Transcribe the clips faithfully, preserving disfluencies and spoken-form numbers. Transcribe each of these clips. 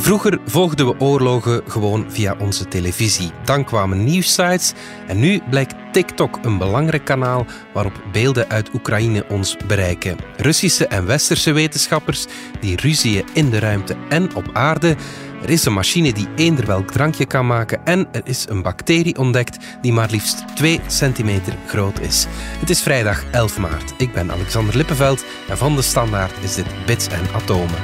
Vroeger volgden we oorlogen gewoon via onze televisie. Dan kwamen nieuwssites en nu blijkt TikTok een belangrijk kanaal waarop beelden uit Oekraïne ons bereiken. Russische en westerse wetenschappers die ruzieën in de ruimte en op aarde. Er is een machine die eender welk drankje kan maken en er is een bacterie ontdekt die maar liefst twee centimeter groot is. Het is vrijdag elf maart. Ik ben Alexander Lippenveld en van De Standaard is dit Bits en Atomen.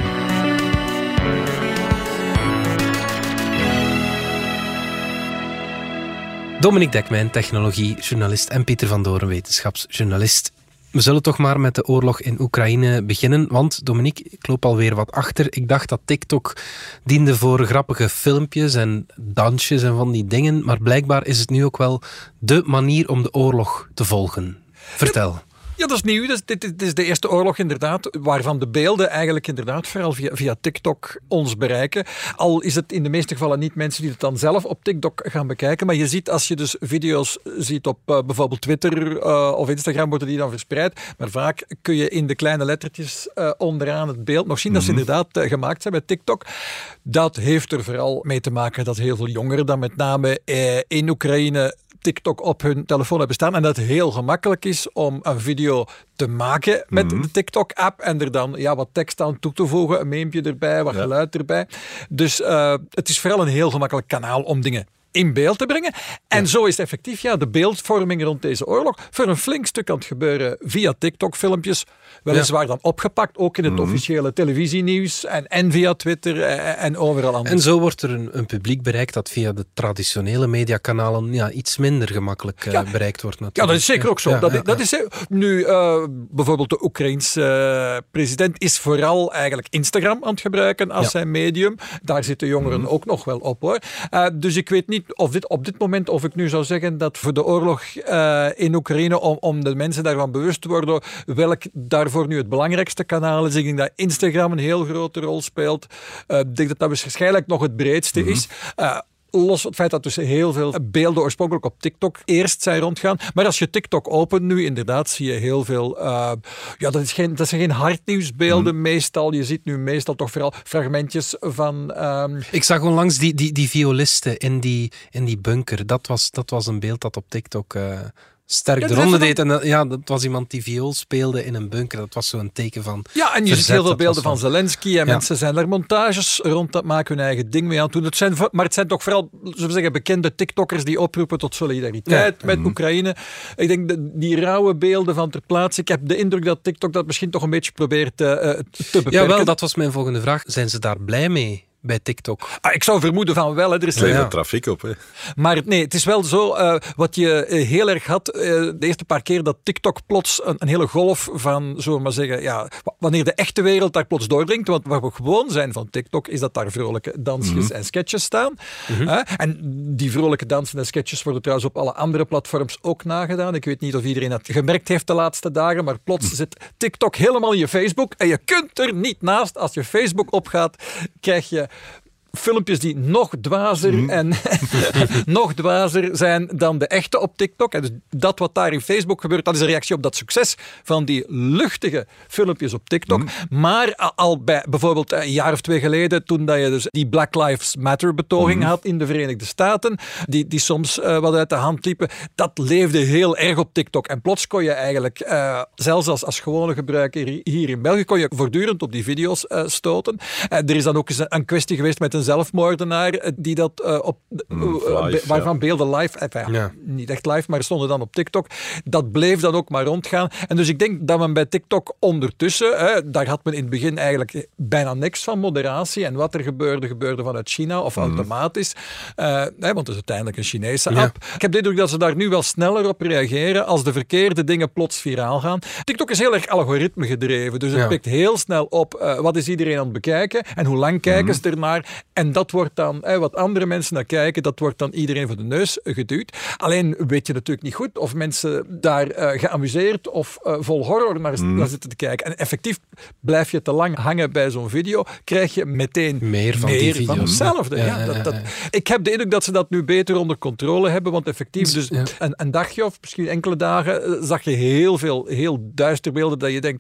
Dominique Dekmijn, technologiejournalist en Pieter van Doorn, wetenschapsjournalist. We zullen toch maar met de oorlog in Oekraïne beginnen, want Dominique, ik loop alweer wat achter. Ik dacht dat TikTok diende voor grappige filmpjes en dansjes en van die dingen, maar blijkbaar is het nu ook wel de manier om de oorlog te volgen. Vertel. Ja, dat is nieuw. Dus dit, dit is de eerste oorlog inderdaad, waarvan de beelden eigenlijk inderdaad vooral via, via TikTok ons bereiken. Al is het in de meeste gevallen niet mensen die het dan zelf op TikTok gaan bekijken. Maar je ziet, als je dus video's ziet op uh, bijvoorbeeld Twitter uh, of Instagram, worden die dan verspreid. Maar vaak kun je in de kleine lettertjes uh, onderaan het beeld nog zien mm-hmm. dat ze inderdaad uh, gemaakt zijn bij TikTok. Dat heeft er vooral mee te maken dat heel veel jongeren dan met name uh, in Oekraïne TikTok op hun telefoon hebben staan en dat het heel gemakkelijk is om een video te maken met mm-hmm. de TikTok-app en er dan ja, wat tekst aan toe te voegen, een meempje erbij, wat ja. geluid erbij. Dus uh, het is vooral een heel gemakkelijk kanaal om dingen in beeld te brengen. En ja. zo is het effectief ja, de beeldvorming rond deze oorlog voor een flink stuk aan het gebeuren via TikTok-filmpjes. Weliswaar ja. dan opgepakt, ook in het mm-hmm. officiële televisienieuws en, en via Twitter en, en overal anders. En zo wordt er een, een publiek bereikt dat via de traditionele mediakanalen ja, iets minder gemakkelijk uh, ja. bereikt wordt natuurlijk. Ja, dat is zeker ook zo. Ja, dat, ja, dat ja. is, nu, uh, bijvoorbeeld de Oekraïense uh, president is vooral eigenlijk Instagram aan het gebruiken als ja. zijn medium. Daar zitten jongeren mm-hmm. ook nog wel op, hoor. Uh, dus ik weet niet of dit, op dit moment of ik nu zou zeggen dat voor de oorlog uh, in Oekraïne, om, om de mensen daarvan bewust te worden, welk daarvoor nu het belangrijkste kanaal is. Ik denk dat Instagram een heel grote rol speelt. Uh, ik denk dat dat waarschijnlijk nog het breedste mm-hmm. is. Uh, Los van het feit dat dus heel veel beelden oorspronkelijk op TikTok eerst zijn rondgaan. Maar als je TikTok opent nu, inderdaad, zie je heel veel... Uh, ja, dat, is geen, dat zijn geen hardnieuwsbeelden mm. meestal. Je ziet nu meestal toch vooral fragmentjes van... Um... Ik zag onlangs die, die, die violisten in die, in die bunker. Dat was, dat was een beeld dat op TikTok... Uh... sterk ja, de ronde deed. En dat, ja, dat was iemand die viool speelde in een bunker. Dat was zo'n teken van Ja, en je verzet, ziet heel veel beelden van Zelensky. En ja. mensen zijn daar montages rond dat maken hun eigen ding mee aan doen. Het zijn, maar het zijn toch vooral, zullen we zeggen, bekende TikTokkers die oproepen tot solidariteit ja. met mm-hmm. Oekraïne. Ik denk, de, die rauwe beelden van ter plaatse. Ik heb de indruk dat TikTok dat misschien toch een beetje probeert uh, te beperken. Ja, wel, dat was mijn volgende vraag. Zijn ze daar blij mee? Bij TikTok. Ah, ik zou vermoeden van wel. Hè. Er is er levert trafiek op. Hè. Maar nee, het is wel zo. Uh, wat je uh, heel erg had, uh, de eerste paar keer dat TikTok plots een, een hele golf van, zullen we maar zeggen, ja, wanneer de echte wereld daar plots doordringt. Want waar we gewoon zijn van TikTok, is dat daar vrolijke dansjes mm-hmm. en sketches staan. Mm-hmm. Uh, en die vrolijke dansen en sketches worden trouwens op alle andere platforms ook nagedaan. Ik weet niet of iedereen dat gemerkt heeft de laatste dagen, maar plots mm. zit TikTok helemaal in je Facebook en je kunt er niet naast. Als je Facebook opgaat, krijg je filmpjes die nog dwazer mm. en nog dwazer zijn dan de echte op TikTok. En dus dat wat daar in Facebook gebeurt, dat is een reactie op dat succes van die luchtige filmpjes op TikTok. Mm. Maar al bij bijvoorbeeld een jaar of twee geleden, toen dat je dus die Black Lives Matter betoging mm. had in de Verenigde Staten, die, die soms uh, wat uit de hand liepen, dat leefde heel erg op TikTok. En plots kon je eigenlijk, uh, zelfs als, als gewone gebruiker hier in België, kon je voortdurend op die video's uh, stoten. Uh, er is dan ook eens een kwestie geweest met een zelfmoordenaar die dat uh, op uh, live, be, waarvan ja. beelden live, enfin, ja. niet echt live, maar stonden dan op TikTok. Dat bleef dan ook maar rondgaan. En dus ik denk dat men bij TikTok ondertussen, hè, daar had men in het begin eigenlijk bijna niks van moderatie. En wat er gebeurde, gebeurde vanuit China of mm. automatisch. Uh, hè, want het is uiteindelijk een Chinese app. Ja. Ik heb de indruk dat ze daar nu wel sneller op reageren als de verkeerde dingen plots viraal gaan. TikTok is heel erg algoritme gedreven. Dus het ja. pikt heel snel op uh, wat is iedereen aan het bekijken en hoe lang kijken mm. ze ernaar. En dat wordt dan, hè, wat andere mensen naar kijken, dat wordt dan iedereen voor de neus geduwd. Alleen weet je natuurlijk niet goed of mensen daar uh, geamuseerd of uh, vol horror naar, mm. naar zitten te kijken. En effectief blijf je te lang hangen bij zo'n video, krijg je meteen meer van, meer die video's, van hetzelfde. Ja, ja, dat, dat, ik heb de indruk dat ze dat nu beter onder controle hebben, want effectief dus ja. een, een dagje of misschien enkele dagen zag je heel veel heel duister beelden dat je denkt dat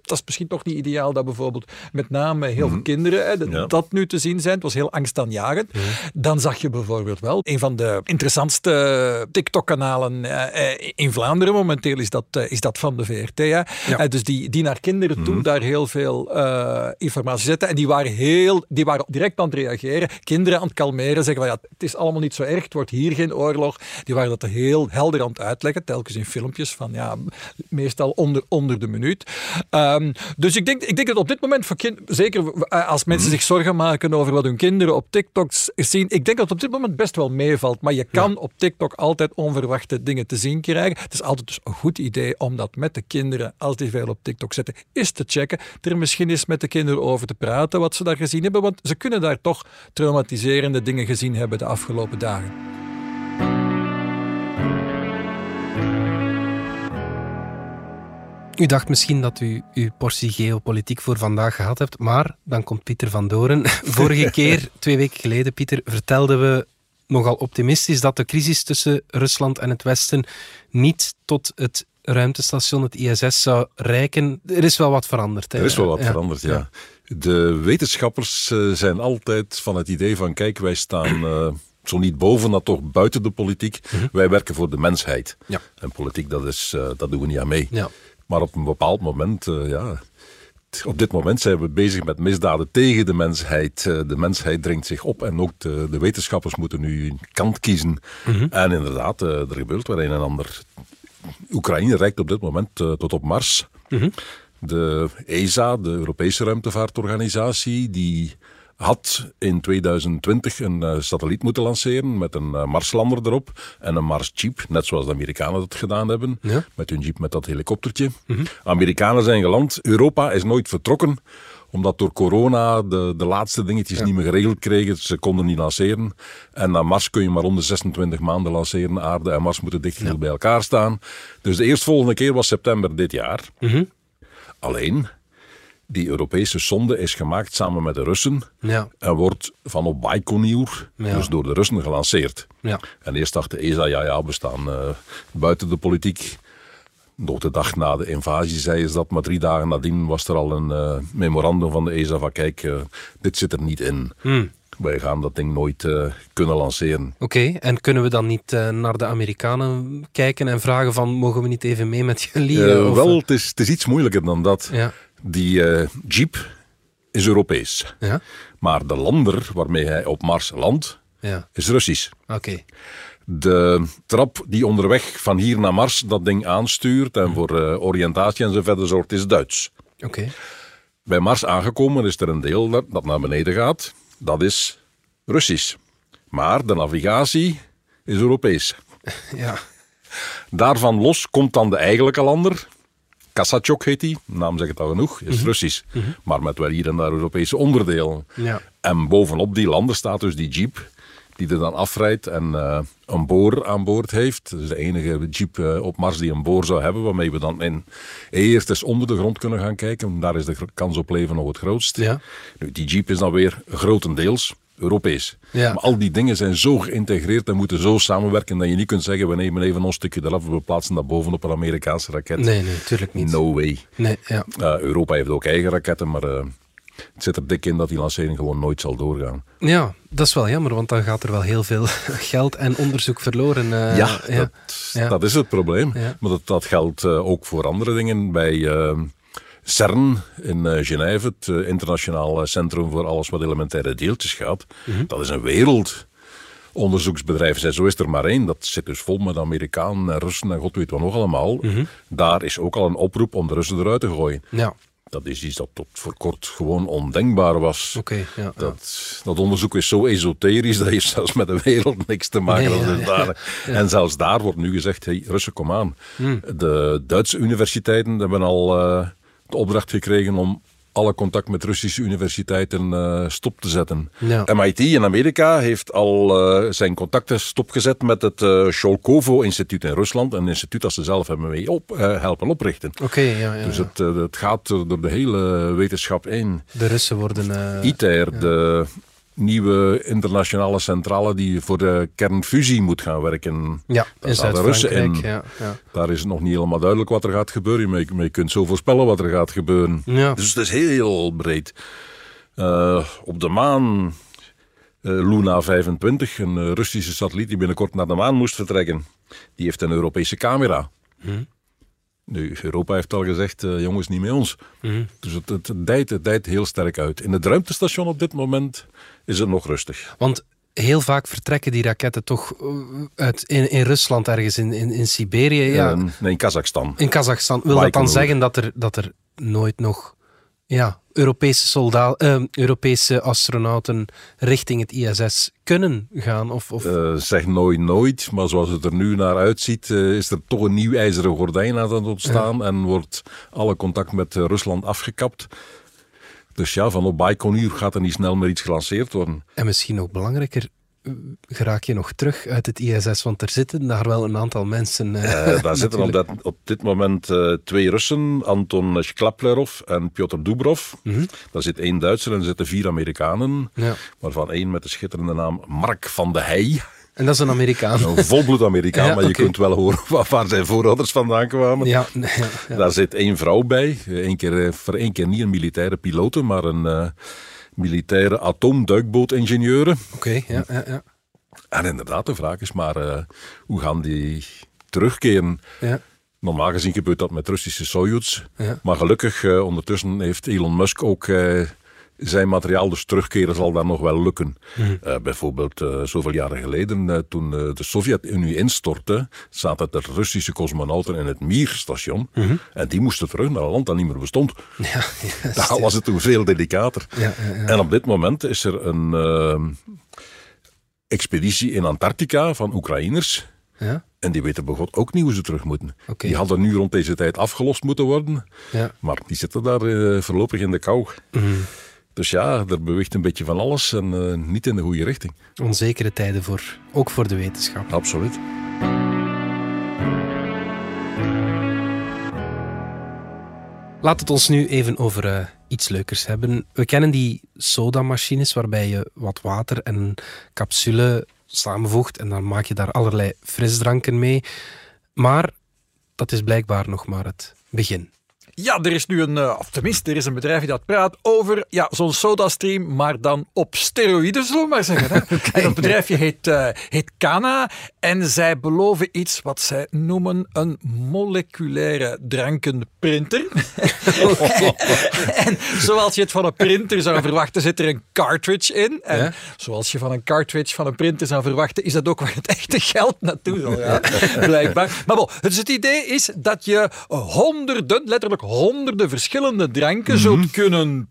dat is misschien toch niet ideaal dat bijvoorbeeld met name heel veel Mm-hmm. kinderen hè, Ja. dat nu te zien zijn. Het was heel angstaanjagend. Ja. Dan zag je bijvoorbeeld wel een van de interessantste TikTok-kanalen uh, in Vlaanderen momenteel is dat, uh, is dat van de V R T. Hè. Ja. Uh, dus die, die naar kinderen toe Mm-hmm. daar heel veel uh, informatie zetten. En die waren, heel, die waren direct aan het reageren. Kinderen aan het kalmeren. Zeggen van ja, het is allemaal niet zo erg. Het wordt hier geen oorlog. Die waren dat heel helder aan het uitleggen. Telkens in filmpjes van ja, meestal onder, onder de minuut. Um, dus ik denk, ik denk dat op dit moment voor kinderen, zeker als mensen Mm-hmm. zich zorgen maken over wat hun kinderen op TikTok zien, ik denk dat het op dit moment best wel meevalt. Maar je kan ja. op TikTok altijd onverwachte dingen te zien krijgen. Het is altijd dus een goed idee om dat met de kinderen, als die veel op TikTok zetten, is te checken. Er misschien eens met de kinderen over te praten wat ze daar gezien hebben, want ze kunnen daar toch traumatiserende dingen gezien hebben de afgelopen dagen. U dacht misschien dat u uw portie geopolitiek voor vandaag gehad hebt, maar dan komt Pieter van Doorn. Vorige keer, twee weken geleden, Pieter, vertelden we nogal optimistisch dat de crisis tussen Rusland en het Westen niet tot het ruimtestation, het I S S, zou reiken. Er is wel wat veranderd. Hè? Er is wel wat ja. veranderd, ja. ja. De wetenschappers uh, zijn altijd van het idee van, kijk, wij staan uh, zo niet boven, maar toch buiten de politiek. Mm-hmm. Wij werken voor de mensheid. Ja. En politiek, dat, is, uh, dat doen we niet aan mee. Ja. Maar op een bepaald moment, uh, ja... Op dit moment zijn we bezig met misdaden tegen de mensheid. De mensheid dringt zich op en ook de, de wetenschappers moeten nu een kant kiezen. Mm-hmm. En inderdaad, er gebeurt wel een en ander. Oekraïne reikt op dit moment uh, tot op Mars. Mm-hmm. De E S A, de Europese ruimtevaartorganisatie, die had in tweeduizend twintig een uh, satelliet moeten lanceren met een uh, Marslander erop en een Mars-jeep, net zoals de Amerikanen dat gedaan hebben, ja. met hun jeep met dat helikoptertje. Mm-hmm. Amerikanen zijn geland, Europa is nooit vertrokken, omdat door corona de, de laatste dingetjes ja. niet meer geregeld kregen. Ze konden niet lanceren. En naar Mars kun je maar rond de zesentwintig maanden lanceren. Aarde en Mars moeten dicht genoeg ja. bij elkaar staan. Dus de eerstvolgende keer was september dit jaar. Mm-hmm. Alleen... Die Europese sonde is gemaakt samen met de Russen ja. en wordt vanop Baikonur, ja. dus door de Russen, gelanceerd. Ja. En eerst dacht de E S A, ja, ja, we staan uh, buiten de politiek. Nog de dag na de invasie zei ze dat, maar drie dagen nadien was er al een uh, memorandum van de E S A van kijk, uh, dit zit er niet in. Hmm. Wij gaan dat ding nooit uh, kunnen lanceren. Oké, okay, en kunnen we dan niet uh, naar de Amerikanen kijken en vragen van, mogen we niet even mee met jullie? Uh, of... Wel, het is, het is iets moeilijker dan dat. Ja. Die uh, jeep is Europees. Ja? Maar de lander waarmee hij op Mars landt, ja. is Russisch. Oké. Okay. De trap die onderweg van hier naar Mars dat ding aanstuurt en voor uh, oriëntatie en zo verder zorgt, is Duits. Oké. Okay. Bij Mars aangekomen is er een deel dat, dat naar beneden gaat. Dat is Russisch. Maar de navigatie is Europees. Ja. Daarvan los komt dan de eigenlijke lander. Kasachok heet die, de naam zegt het al genoeg, is mm-hmm. Russisch. Mm-hmm. Maar met wel hier en daar Europese onderdelen. Ja. En bovenop die lander staat dus die jeep, die er dan afrijdt en uh, een boor aan boord heeft. Dat is de enige jeep uh, op Mars die een boor zou hebben, waarmee we dan in eerst eens onder de grond kunnen gaan kijken. Daar is de kans op leven nog het grootst. Ja. Nu, die jeep is dan weer grotendeels Europees. Ja. Maar al die dingen zijn zo geïntegreerd en moeten zo samenwerken dat je niet kunt zeggen, we nemen even ons stukje eraf en we plaatsen dat bovenop een Amerikaanse raket. Nee, nee, natuurlijk niet. No way. Nee, ja. uh, Europa heeft ook eigen raketten, maar uh, het zit er dik in dat die lancering gewoon nooit zal doorgaan. Ja, dat is wel jammer, want dan gaat er wel heel veel geld en onderzoek verloren. Uh, ja, ja. Dat, ja, dat is het probleem. Ja. Maar dat, dat geldt uh, ook voor andere dingen. Bij uh, CERN in uh, Genève, het uh, internationaal centrum voor alles wat elementaire deeltjes gaat. Mm-hmm. Dat is een wereldonderzoeksbedrijf. Zo is er maar één. Dat zit dus vol met Amerikanen en Russen en god weet wat nog allemaal. Mm-hmm. Daar is ook al een oproep om de Russen eruit te gooien. Ja. Dat is iets dat tot voor kort gewoon ondenkbaar was. Okay, ja, dat, ja. dat onderzoek is zo esoterisch, dat heeft zelfs met de wereld niks te maken. Nee, ja, ja, ja. En zelfs daar wordt nu gezegd, hey, Russen, kom aan. Hmm. De Duitse universiteiten hebben al uh, de opdracht gekregen om alle contact met Russische universiteiten uh, stop te zetten. Ja. M I T in Amerika heeft al uh, zijn contacten stopgezet met het uh, Sholkovo-instituut in Rusland. Een instituut dat ze zelf hebben mee op, uh, helpen oprichten. Okay, ja, ja, dus het, uh, het gaat door de hele wetenschap heen. De Russen worden... Uh, ITER, ja. de nieuwe internationale centrale die voor de kernfusie moet gaan werken. Ja, in Zuid-Frankrijk. Ja, ja. Daar is het nog niet helemaal duidelijk wat er gaat gebeuren, maar je, maar je kunt zo voorspellen wat er gaat gebeuren. Ja. Dus het is heel, heel breed. Uh, op de maan, uh, Luna vijfentwintig, een uh, Russische satelliet die binnenkort naar de maan moest vertrekken, die heeft een Europese camera. Hmm. Nu, Europa heeft al gezegd, uh, jongens, niet met ons. Mm-hmm. Dus het, het, dijt, het dijt heel sterk uit. In het ruimtestation op dit moment is het nog rustig. Want heel vaak vertrekken die raketten toch uit, in, in Rusland, ergens in, in, in Siberië. Ja. Uh, nee, in Kazachstan. In Kazachstan. Wil dat dan zeggen dat er, dat er nooit nog ja, Europese, soldaat, uh, Europese astronauten richting het I S S kunnen gaan? Of, of... Uh, zeg nooit nooit, maar zoals het er nu naar uitziet, uh, is er toch een nieuw ijzeren gordijn aan het ontstaan ja. en wordt alle contact met uh, Rusland afgekapt. Dus ja, van op Baikonur gaat er niet snel meer iets gelanceerd worden. En misschien nog belangrijker, geraak je nog terug uit het I S S? Want er zitten daar wel een aantal mensen. Uh, uh, daar zitten op, dat, op dit moment uh, twee Russen, Anton Shklaplerov en Piotr Dubrov. Mm-hmm. Daar zit één Duitser en er zitten vier Amerikanen. Ja. Waarvan één met de schitterende naam Mark van de Heij. En dat is een Amerikaan. Een volbloed Amerikaan, ja, maar okay. Je kunt wel horen waar zijn voorouders vandaan kwamen. Ja, ja, ja. Daar zit één vrouw bij. Eén keer, voor één keer niet een militaire pilote, maar een uh, militaire atoomduikbootingenieure. Oké, okay, ja, ja, ja. En inderdaad, de vraag is maar, uh, hoe gaan die terugkeren? Ja. Normaal gezien gebeurt dat met Russische Soyuz. Ja. Maar gelukkig, uh, ondertussen heeft Elon Musk ook... Uh, zijn materiaal, dus terugkeren zal daar nog wel lukken. Mm-hmm. Uh, bijvoorbeeld uh, zoveel jaren geleden, uh, toen uh, de Sovjet-Unie instortte, zaten er Russische cosmonauten in het Mir-station mm-hmm. en die moesten terug naar een land dat niet meer bestond. Ja, ja, daar was het toen veel delicater. Ja, ja, ja. En op dit moment is er een uh, expeditie in Antarctica van Oekraïners. Ja? En die weten bij God ook niet hoe ze terug moeten. Okay. Die hadden nu rond deze tijd afgelost moeten worden, ja. maar die zitten daar uh, voorlopig in de kou. Mm-hmm. Dus ja, er beweegt een beetje van alles en uh, niet in de goede richting. Onzekere tijden, voor, ook voor de wetenschap. Absoluut. Laat het ons nu even over uh, iets leukers hebben. We kennen die sodamachines waarbij je wat water en een capsule samenvoegt en dan maak je daar allerlei frisdranken mee. Maar dat is blijkbaar nog maar het begin. Ja, er is nu een, of tenminste, er is een bedrijf dat praat over ja, zo'n SodaStream, maar dan op steroïden, zullen we maar zeggen. Hè? Okay. En dat bedrijfje heet, uh, heet Kana en zij beloven iets wat zij noemen een moleculaire drankenprinter. Okay. En zoals je het van een printer zou verwachten, zit er een cartridge in. En ja? Zoals je van een cartridge van een printer zou verwachten, is dat ook waar het echte geld naartoe zal gaan. Ja. Blijkbaar. Maar bon, dus het idee is dat je honderden, letterlijk honderden verschillende dranken mm-hmm. zult kunnen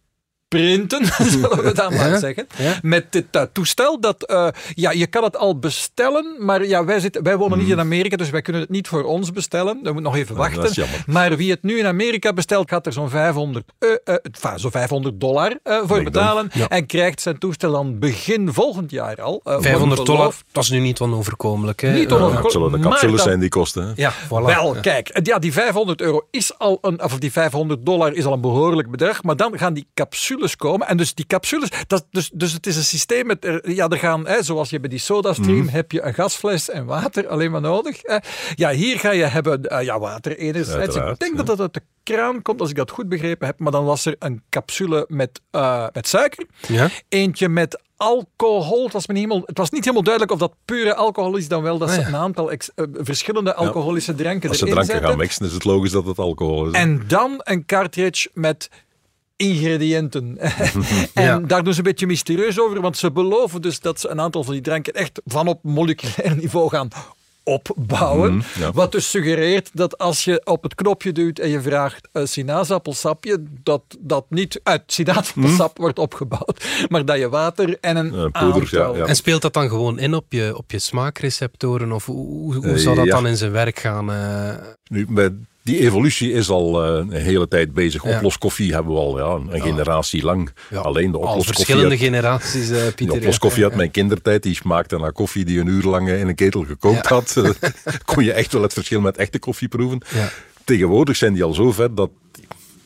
printen, zullen we dan maar ja, zeggen. Ja. Met dit uh, toestel. Dat, uh, ja, je kan het al bestellen, maar ja, wij, zitten, wij wonen mm. niet in Amerika, dus wij kunnen het niet voor ons bestellen. We moeten nog even wachten. Maar wie het nu in Amerika bestelt, gaat er zo'n vijfhonderd, uh, uh, zo'n vijfhonderd dollar uh, voor betalen. Ja. En krijgt zijn toestel dan begin volgend jaar al. Uh, vijfhonderd dollar, dat is nu niet onoverkomelijk. Hè? Niet onoverkomelijk. Ja, het zullen de capsules zijn die kosten. Hè? Ja, voilà. Wel, ja. Kijk, ja, die vijfhonderd euro is al een, of die vijfhonderd dollar is al een behoorlijk bedrag, maar dan gaan die capsules komen. En dus die capsules, dat, dus, dus het is een systeem met, ja, er gaan, hè, zoals je bij die SodaStream, mm. heb je een gasfles en water alleen maar nodig. Hè. Ja, hier ga je hebben, uh, ja, water enerzijds. Ik denk ja. dat dat uit de kraan komt, als ik dat goed begrepen heb. Maar dan was er een capsule met, uh, met suiker. Ja? Eentje met alcohol. Het was, niet helemaal, het was niet helemaal duidelijk of dat pure alcohol is dan wel dat ze ah, ja. een aantal ex, uh, verschillende alcoholische dranken erin zetten. Als ze dranken gaan mixen, is het logisch dat het alcohol is. En dan een cartridge met ingrediënten. En ja. daar doen ze een beetje mysterieus over, want ze beloven dus dat ze een aantal van die dranken echt van op moleculair niveau gaan opbouwen. Mm, ja. Wat dus suggereert dat als je op het knopje duwt en je vraagt uh, sinaasappelsapje, dat dat niet uit sinaasappelsap mm. wordt opgebouwd, maar dat je water en een uh, poeder, ja, ja. En speelt dat dan gewoon in op je, op je smaakreceptoren? Of hoe, hoe zou dat uh, ja. dan in zijn werk gaan? Uh... Nu, bij die evolutie is al uh, een hele tijd bezig. Ja. Oploskoffie hebben we al ja, een ja. generatie lang. Ja. Alleen de oploskoffie. Verschillende uit, generaties, uh, Pieter. De oploskoffie uit ja. mijn kindertijd, die smaakte naar koffie die een uur lang in een ketel gekookt ja. had. Kon je echt wel het verschil met echte koffie proeven. Ja. Tegenwoordig zijn die al zo ver dat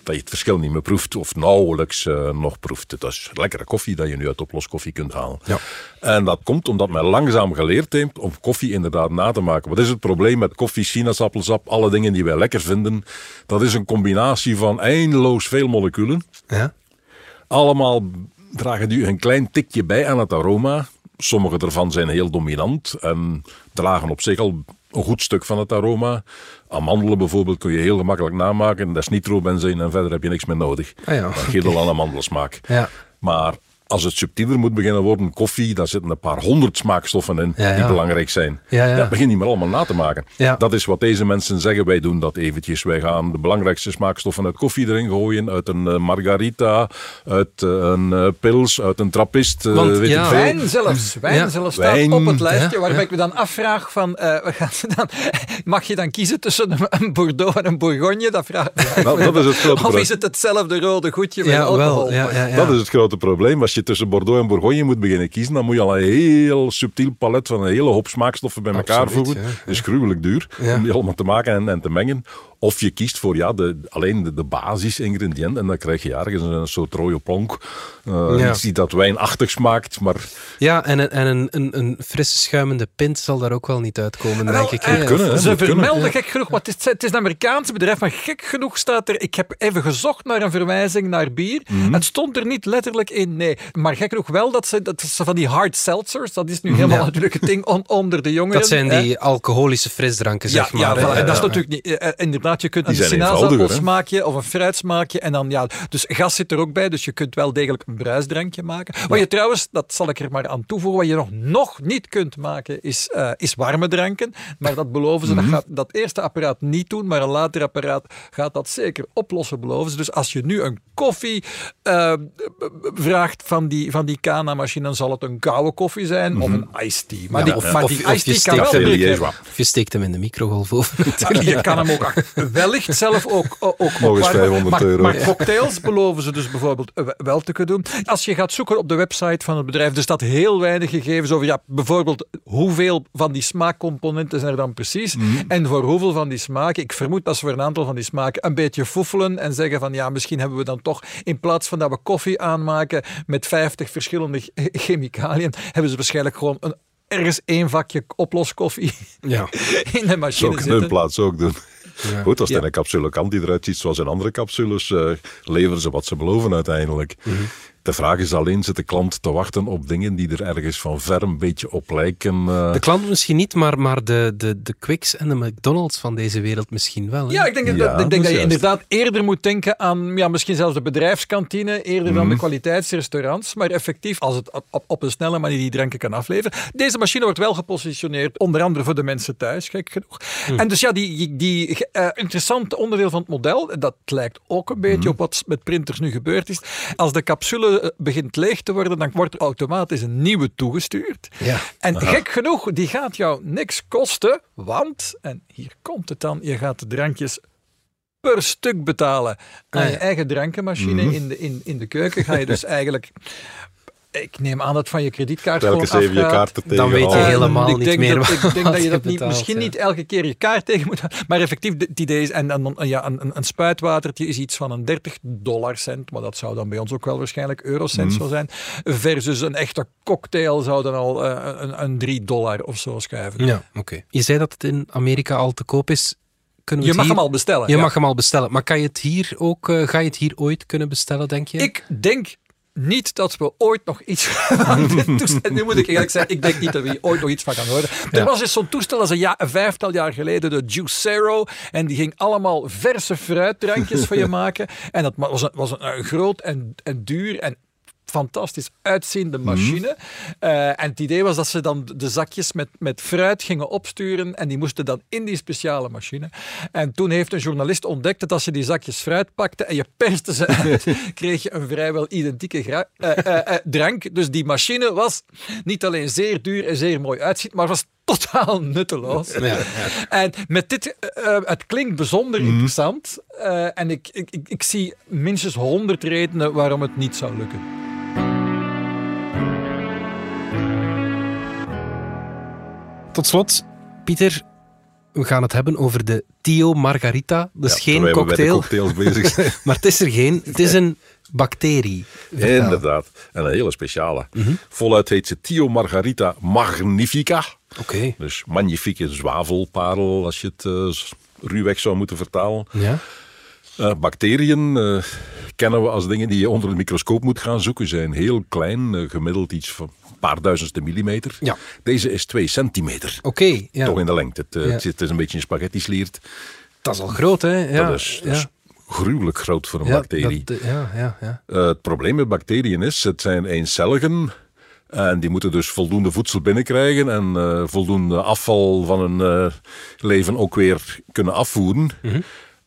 dat je het verschil niet meer proeft of nauwelijks uh, nog proeft. Dat is lekkere koffie dat je nu uit oploskoffie kunt halen. Ja. En dat komt omdat men langzaam geleerd heeft om koffie inderdaad na te maken. Wat is het probleem met koffie, sinaasappelsap, alle dingen die wij lekker vinden? Dat is een combinatie van eindeloos veel moleculen. Ja. Allemaal dragen die een klein tikje bij aan het aroma. Sommige ervan zijn heel dominant en dragen op zich al een goed stuk van het aroma. Amandelen bijvoorbeeld kun je heel gemakkelijk namaken. Dat is nitrobenzine en verder heb je niks meer nodig. Ah ja, dat geeft al aan amandelsmaak. Ja. Maar als het subtieler moet beginnen worden, koffie, daar zitten een paar honderd smaakstoffen in ja, ja. die belangrijk zijn. Ja, ja. Dat begint niet meer allemaal na te maken. Ja. Dat is wat deze mensen zeggen. Wij doen dat eventjes. Wij gaan de belangrijkste smaakstoffen uit koffie erin gooien, uit een uh, margarita, uit uh, een uh, pils, uit een trappist. Uh, Want, weet ja. ik Wijn zelfs. Wijn ja. zelfs staat Wijn. op het lijstje, ja. waarbij ja. ik me dan afvraag van, uh, we gaan dan, mag je dan kiezen tussen een Bordeaux en een Bourgogne? Dat vraag, ja, nou, dat is het grote of is het hetzelfde rode goedje met ja, alcohol? Wel, ja, ja, ja. Dat is het grote probleem. Als je tussen Bordeaux en Bourgogne moet beginnen kiezen, dan moet je al een heel subtiel palet van een hele hoop smaakstoffen bij elkaar Absoluut, voegen. Ja, ja. Dat is gruwelijk duur ja. om die allemaal te maken en, en te mengen. Of je kiest voor ja, de, alleen de, de basis-ingrediënten en dan krijg je ergens een soort rode plonk. Uh, ja. Iets die dat wijnachtig smaakt. Maar... Ja, en, een, en een, een, een frisse schuimende pint zal daar ook wel niet uitkomen, denk ik. Moet kunnen, hè, Ze moet vermelden kunnen. gek genoeg, want het is, het is een Amerikaans bedrijf, maar gek genoeg staat er, ik heb even gezocht naar een verwijzing naar bier. Mm-hmm. Het stond er niet letterlijk in, nee. Maar gek genoeg wel dat ze, dat ze van die hard seltzers, dat is nu helemaal ja. natuurlijk het ding on, onder de jongeren. Dat zijn die hè? alcoholische frisdranken, zeg ja, maar. Ja, ja, en dat is ja. natuurlijk niet, uh, inderdaad, je kunt een sinaasappelsmaakje of een fruitsmaakje en dan ja, dus gas zit er ook bij, dus je kunt wel degelijk een bruisdrankje maken. Ja. Wat je trouwens, dat zal ik er maar aan toevoegen, wat je nog, nog niet kunt maken, is, uh, is warme dranken. Maar dat beloven ze, mm-hmm. dat gaat dat eerste apparaat niet doen, maar een later apparaat gaat dat zeker oplossen, beloven ze. Dus als je nu een koffie uh, vraagt van die, van die Kana-machine, dan zal het een koude koffie zijn mm-hmm. of een iced tea. Maar ja, die, of, maar of, die of iced tea kan wel breken. Of je steekt hem in de microgolfoven. Ja, je kan hem ook wellicht zelf ook, ook, ook nog eens vijfhonderd euro. Maar, maar cocktails beloven ze dus bijvoorbeeld wel te kunnen doen. Als je gaat zoeken op de website van het bedrijf, er staat heel weinig gegevens over ja, bijvoorbeeld hoeveel van die smaakcomponenten zijn er dan precies mm. en voor hoeveel van die smaken. Ik vermoed dat ze voor een aantal van die smaken een beetje foefelen en zeggen van ja, misschien hebben we dan toch in plaats van dat we koffie aanmaken met vijftig verschillende chemicaliën, hebben ze waarschijnlijk gewoon een ergens één vakje oploskoffie ja. in de machine zitten. Zo kunnen plaats ook doen. Ja. Goed, als het ja. een capsulekant die eruit ziet zoals in andere capsules, uh, leveren ze wat ze beloven uiteindelijk. Mm-hmm. De vraag is alleen, zit de klant te wachten op dingen die er ergens van ver een beetje op lijken? Uh... De klant misschien niet, maar, maar de, de, de Quicks en de McDonald's van deze wereld misschien wel. Hè? Ja, ik denk, ja, dat, ik denk dat je inderdaad eerder moet denken aan ja, misschien zelfs de bedrijfskantine, eerder mm. dan de kwaliteitsrestaurants. Maar effectief, als het op, op een snelle manier die dranken kan afleveren. Deze machine wordt wel gepositioneerd, onder andere voor de mensen thuis, gek genoeg. Mm. En dus ja, die, die uh, interessante onderdeel van het model, dat lijkt ook een beetje mm. op wat met printers nu gebeurd is. Als de capsule begint leeg te worden, dan wordt er automatisch een nieuwe toegestuurd. Ja. En Aha. gek genoeg, die gaat jou niks kosten, want, en hier komt het dan, je gaat de drankjes per stuk betalen aan ah, ja. je eigen drankenmachine mm-hmm. in, de, in, in de keuken. Ga je dus eigenlijk... Ik neem aan dat van je kredietkaart Telkens gewoon afgaat. Je kaart tegen dan weet je helemaal ik niet denk meer dat, Ik denk dat je dat betaalt, niet, misschien ja. niet elke keer je kaart tegen moet houden, maar effectief het idee is, en dan, ja, een, een spuitwatertje is iets van een dertig dollar cent, maar dat zou dan bij ons ook wel waarschijnlijk eurocent mm. zo zijn, versus een echte cocktail zou dan al uh, een, een drie dollar of zo schuiven. Ja, oké. Okay. Je zei dat het in Amerika al te koop is. Je mag hier... hem al bestellen. Je ja. mag hem al bestellen, maar kan je het hier ook, uh, ga je het hier ooit kunnen bestellen, denk je? Ik denk niet dat we ooit nog iets van dit toestel... Nu moet ik eerlijk zijn, ik denk niet dat we hier ooit nog iets van gaan horen. Er ja. was eens zo'n toestel als een, ja, een vijftal jaar geleden, de Juicero, en die ging allemaal verse fruitdrankjes voor je maken. En dat was een, was een, een groot en, en duur en fantastisch uitziende machine. Mm. Uh, en het idee was dat ze dan de zakjes met, met fruit gingen opsturen en die moesten dan in die speciale machine. En toen heeft een journalist ontdekt dat als je die zakjes fruit pakte en je perste ze uit, kreeg je een vrijwel identieke gra- uh, uh, uh, drank. Dus die machine was niet alleen zeer duur en zeer mooi uitziet, maar was totaal nutteloos. Ja, ja. En met dit, uh, het klinkt bijzonder mm. interessant uh, en ik, ik, ik, ik zie minstens honderd redenen waarom het niet zou lukken. Tot slot, Pieter, We gaan het hebben over de Thio Margarita. Dat is ja, geen cocktail. We bij de cocktails bezig zijn. Maar het is er geen. Het is een bacterie. Vertel. Inderdaad. En een hele speciale. Mm-hmm. Voluit heet ze Thio Margarita magnifica. Oké. Okay. Dus magnifieke zwavelparel, als je het uh, ruwweg zou moeten vertalen. Ja. Uh, bacteriën uh, kennen we als dingen die je onder een microscoop moet gaan zoeken. Zijn heel klein, uh, gemiddeld iets van een paar duizendste millimeter. Ja. Deze is twee centimeter. Oké. Okay, ja. Toch in de lengte. Het, uh, ja. het, het is een beetje een spaghetti-sliert. Dat is al groot, hè? Ja. Dat is, dat is ja. gruwelijk groot voor een ja, bacterie. Dat, ja, ja, ja. Uh, het probleem met bacteriën is, het zijn eencelligen. En die moeten dus voldoende voedsel binnenkrijgen en uh, voldoende afval van hun uh, leven ook weer kunnen afvoeren. Mm-hmm.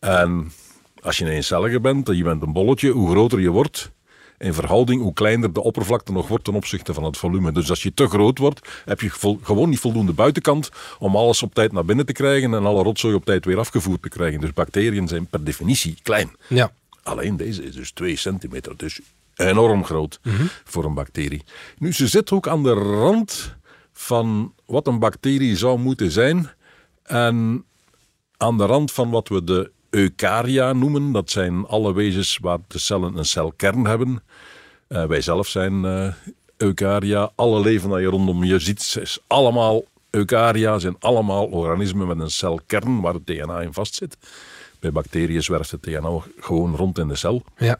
En als je een eencellige bent, je bent een bolletje, hoe groter je wordt, in verhouding hoe kleiner de oppervlakte nog wordt ten opzichte van het volume. Dus als je te groot wordt, heb je vol, gewoon niet voldoende buitenkant om alles op tijd naar binnen te krijgen en alle rotzooi op tijd weer afgevoerd te krijgen. Dus bacteriën zijn per definitie klein. Ja. Alleen deze is dus twee centimeter, dus enorm groot mm-hmm. voor een bacterie. Nu, ze zit ook aan de rand van wat een bacterie zou moeten zijn en aan de rand van wat we de eukarya noemen. Dat zijn alle wezens waar de cellen een celkern hebben. Uh, wij zelf zijn uh, eukarya. Alle leven dat je rondom je ziet is allemaal eukarya, zijn allemaal organismen met een celkern waar het D N A in vastzit. Bij bacteriën zwerft het D N A gewoon rond in de cel. Ja.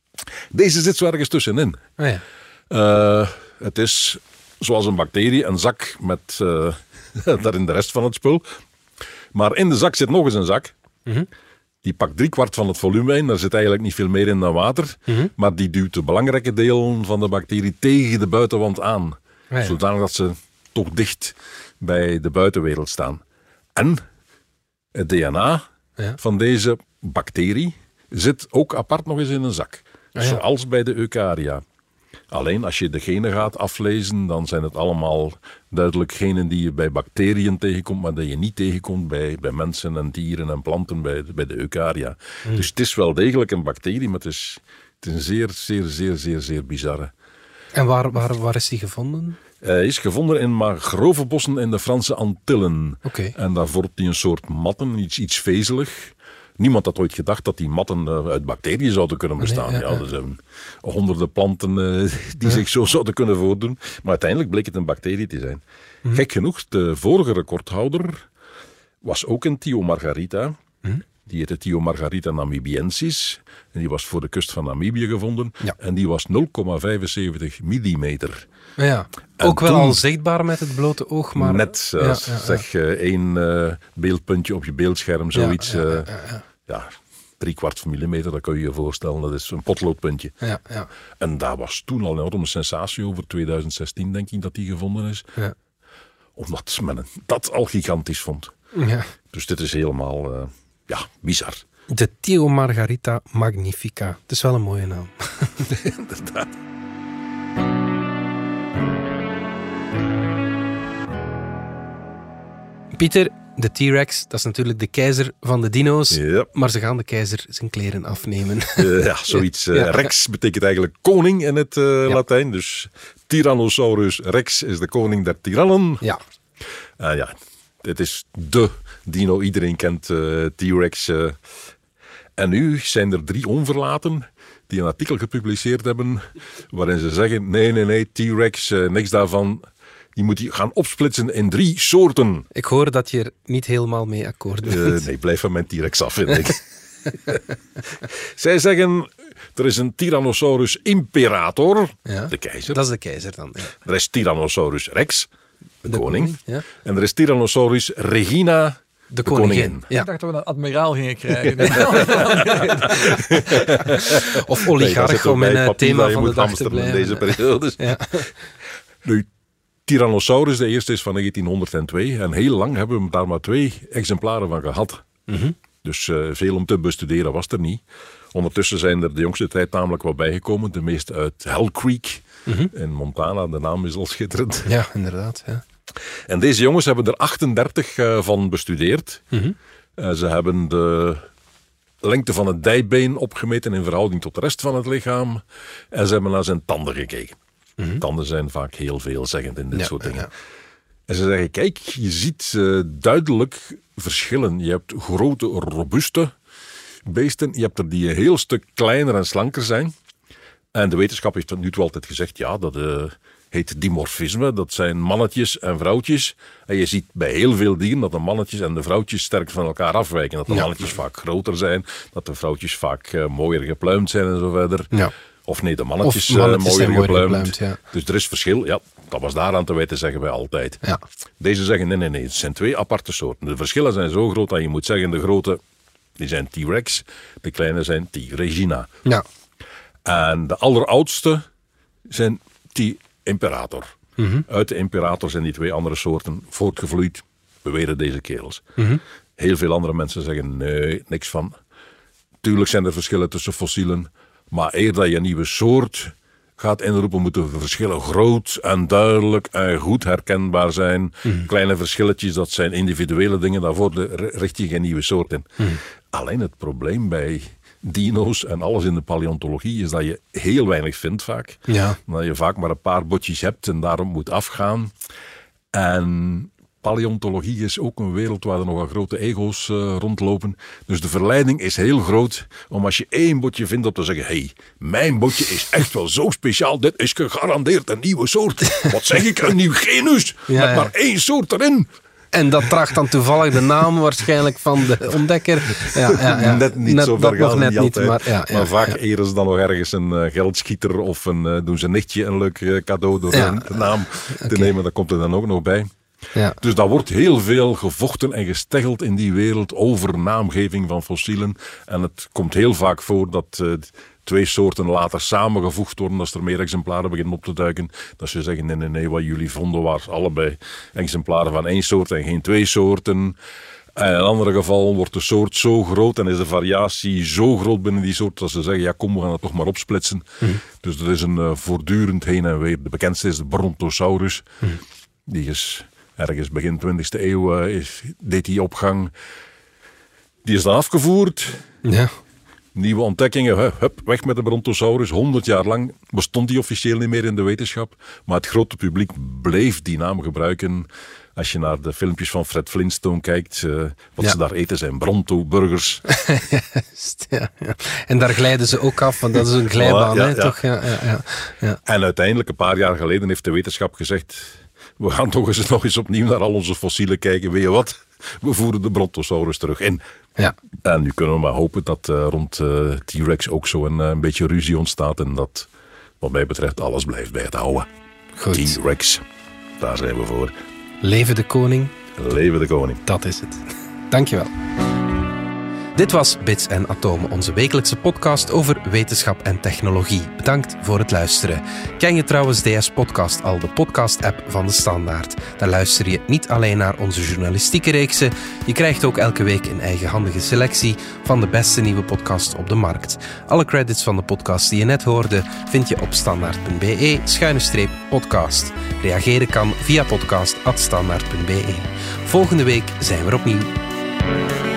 Deze zit zo ergens tussenin. Oh ja. Uh, het is zoals een bacterie, een zak met uh, daarin de rest van het spul. Maar in de zak zit nog eens een zak. Mm-hmm. Die pakt driekwart van het volume in. Daar zit eigenlijk niet veel meer in dan water. Mm-hmm. Maar die duwt de belangrijke delen van de bacterie tegen de buitenwand aan. Oh ja. Zodanig dat ze toch dicht bij de buitenwereld staan. En het D N A ja. van deze bacterie zit ook apart nog eens in een zak. Oh ja. Zoals bij de eukarya. Alleen als je de genen gaat aflezen, dan zijn het allemaal duidelijk genen die je bij bacteriën tegenkomt, maar dat je niet tegenkomt bij, bij mensen en dieren en planten bij, bij de eukarya. Mm. Dus het is wel degelijk een bacterie, maar het is, het is een zeer, zeer, zeer, zeer, zeer bizarre. En waar, waar, waar is die gevonden? Hij is gevonden in mangrovenbossen in de Franse Antillen. Okay. En daar vormt hij een soort matten, iets, iets vezelig. Niemand had ooit gedacht dat die matten uh, uit bacteriën zouden kunnen bestaan. Nee, ja, ja. Ja, er zijn honderden planten uh, die ja. zich zo zouden kunnen voordoen. Maar uiteindelijk bleek het een bacterie te zijn. Mm. Gek genoeg, de vorige recordhouder was ook een Thio Margarita. Mm. Die heette Thio Margarita namibiensis. En die was voor de kust van Namibië gevonden. Ja. En die was nul komma vijfenzeventig millimeter. Ja, ook wel al zichtbaar met het blote oog, maar... Net, uh, ja, ja, zeg, uh, één uh, beeldpuntje op je beeldscherm, zoiets. Ja, ja, ja, ja. Uh, ja, drie kwart millimeter, dat kun je je voorstellen. Dat is een potloodpuntje. Ja, ja. En daar was toen al een enorme sensatie over. twintig zestien denk ik dat die gevonden is. Ja. Omdat men dat al gigantisch vond. Ja. Dus dit is helemaal, uh, ja, bizar. De Thio Margarita magnifica. Het is wel een mooie naam. Inderdaad. Pieter, de T-Rex, dat is natuurlijk de keizer van de dino's, ja. maar ze gaan de keizer zijn kleren afnemen. Uh, ja, zoiets. Uh, ja. Rex betekent eigenlijk koning in het uh, ja. Latijn, dus Tyrannosaurus Rex is de koning der tirannen. Ja. Uh, ja, dit is de dino, iedereen kent uh, T-Rex. Uh. En nu zijn er drie onverlaten die een artikel gepubliceerd hebben waarin ze zeggen, nee, nee, nee, T-Rex, uh, niks daarvan... Die moet je gaan opsplitsen in drie soorten. Ik hoor dat je er niet helemaal mee akkoord bent. Uh, nee, blijf van mijn T-Rex af, vind ik. Zij zeggen, er is een Tyrannosaurus imperator, ja, de keizer. Dat is de keizer dan. Ja. Er is Tyrannosaurus Rex, de, de koning. koning ja. En er is Tyrannosaurus Regina, de, de koningin. koningin. Ja. Ik dacht dat we een admiraal gingen krijgen. Of oligarch, nee, om in het thema van de dag te blijven. In deze periode. Ja. Nu, Tyrannosaurus, de eerste is van negentienhonderdtwee. En heel lang hebben we daar maar twee exemplaren van gehad. Mm-hmm. Dus uh, veel om te bestuderen was er niet. Ondertussen zijn er de jongste tijd namelijk wat bijgekomen. De meeste uit Hell Creek mm-hmm. in Montana. De naam is al schitterend. Ja, inderdaad. Ja. En deze jongens hebben er achtendertig uh, van bestudeerd. Mm-hmm. Uh, ze hebben de lengte van het dijbeen opgemeten in verhouding tot de rest van het lichaam. En ze hebben naar zijn tanden gekeken. Mm-hmm. Tanden zijn vaak heel veelzeggend in dit ja, soort dingen. Ja. En ze zeggen, kijk, je ziet uh, duidelijk verschillen. Je hebt grote, robuuste beesten. Je hebt er die een heel stuk kleiner en slanker zijn. En de wetenschap heeft tot nu toe altijd gezegd, ja, dat uh, heet dimorfisme. Dat zijn mannetjes en vrouwtjes. En je ziet bij heel veel dieren dat de mannetjes en de vrouwtjes sterk van elkaar afwijken. Dat de ja. mannetjes vaak groter zijn, dat de vrouwtjes vaak uh, mooier gepluimd zijn en zo verder. Ja. Of nee, de mannetjes, uh, mannetjes mooier, mooier gepluimd. gepluimd ja. Dus er is verschil. Ja, dat was daaraan te wijten, zeggen wij altijd. Ja. Deze zeggen, nee, nee, nee, het zijn twee aparte soorten. De verschillen zijn zo groot dat je moet zeggen, de grote, die zijn T-Rex, de kleine zijn T-Regina. Ja. En de alleroudste zijn T-Imperator. Mm-hmm. Uit de Imperator zijn die twee andere soorten voortgevloeid, beweren deze kerels. Mm-hmm. Heel veel andere mensen zeggen, nee, niks van. Tuurlijk zijn er verschillen tussen fossielen, maar eer dat je een nieuwe soort gaat inroepen, moeten de verschillen groot en duidelijk en goed herkenbaar zijn. Mm. Kleine verschilletjes, dat zijn individuele dingen, daarvoor richt je geen nieuwe soort in. Mm. Alleen het probleem bij dino's en alles in de paleontologie is dat je heel weinig vindt vaak. Ja. Dat je vaak maar een paar botjes hebt en daarom moet afgaan. En paleontologie is ook een wereld waar er nogal grote ego's uh, rondlopen. Dus de verleiding is heel groot om als je één botje vindt op te zeggen, hey, mijn botje is echt wel zo speciaal, dit is gegarandeerd een nieuwe soort. Wat zeg ik, een nieuw genus, ja, met ja. maar één soort erin. En dat draagt dan toevallig de naam waarschijnlijk van de ontdekker. Ja, ja, ja. Net niet net, zo ver gaan net niet niet, altijd. Maar, ja, ja, maar vaak ja. eren ze dan nog ergens een uh, geldschieter of een, uh, doen ze nichtje een leuk uh, cadeau door ja. een naam te okay. nemen. Dat komt er dan ook nog bij. Ja. Dus daar wordt heel veel gevochten en gesteggeld in die wereld over naamgeving van fossielen. En het komt heel vaak voor dat uh, twee soorten later samengevoegd worden als er meer exemplaren beginnen op te duiken. Dat ze zeggen, nee, nee, nee, wat jullie vonden waren allebei exemplaren van één soort en geen twee soorten. En in een ander geval wordt de soort zo groot en is de variatie zo groot binnen die soort dat ze zeggen, ja kom, we gaan het toch maar opsplitsen. Mm. Dus er is een uh, voortdurend heen en weer. De bekendste is de Brontosaurus. Mm. Die is ergens begin twintigste eeuw uh, is, deed die opgang. Die is dan afgevoerd. Ja. Nieuwe ontdekkingen, hup, weg met de Brontosaurus. Honderd jaar lang bestond die officieel niet meer in de wetenschap. Maar het grote publiek bleef die naam gebruiken. Als je naar de filmpjes van Fred Flintstone kijkt, uh, wat ja. ze daar eten zijn Bronto-burgers. ja, ja. En daar glijden ze ook af, want dat is een glijbaan, ja, ja, hè, ja. toch? Ja, ja, ja, ja. En uiteindelijk, een paar jaar geleden, heeft de wetenschap gezegd, we gaan toch eens, nog eens opnieuw naar al onze fossielen kijken. Weet je wat? We voeren de Brontosaurus terug in. Ja. En nu kunnen we maar hopen dat uh, rond uh, T-Rex ook zo een, uh, een beetje ruzie ontstaat. En dat, wat mij betreft, alles blijft bij het oude. Goed. T-Rex, daar zijn we voor. Leven de koning. Leven de koning. Dat is het. Dankjewel. Dit was Bits en Atomen, onze wekelijkse podcast over wetenschap en technologie. Bedankt voor het luisteren. Ken je trouwens D S Podcast al, de podcast-app van de Standaard? Daar luister je niet alleen naar onze journalistieke reeksen, je krijgt ook elke week een eigenhandige selectie van de beste nieuwe podcast op de markt. Alle credits van de podcast die je net hoorde vind je op standaard.be schuine streep podcast. Reageren kan via podcast at standaard punt be. Volgende week zijn we er opnieuw.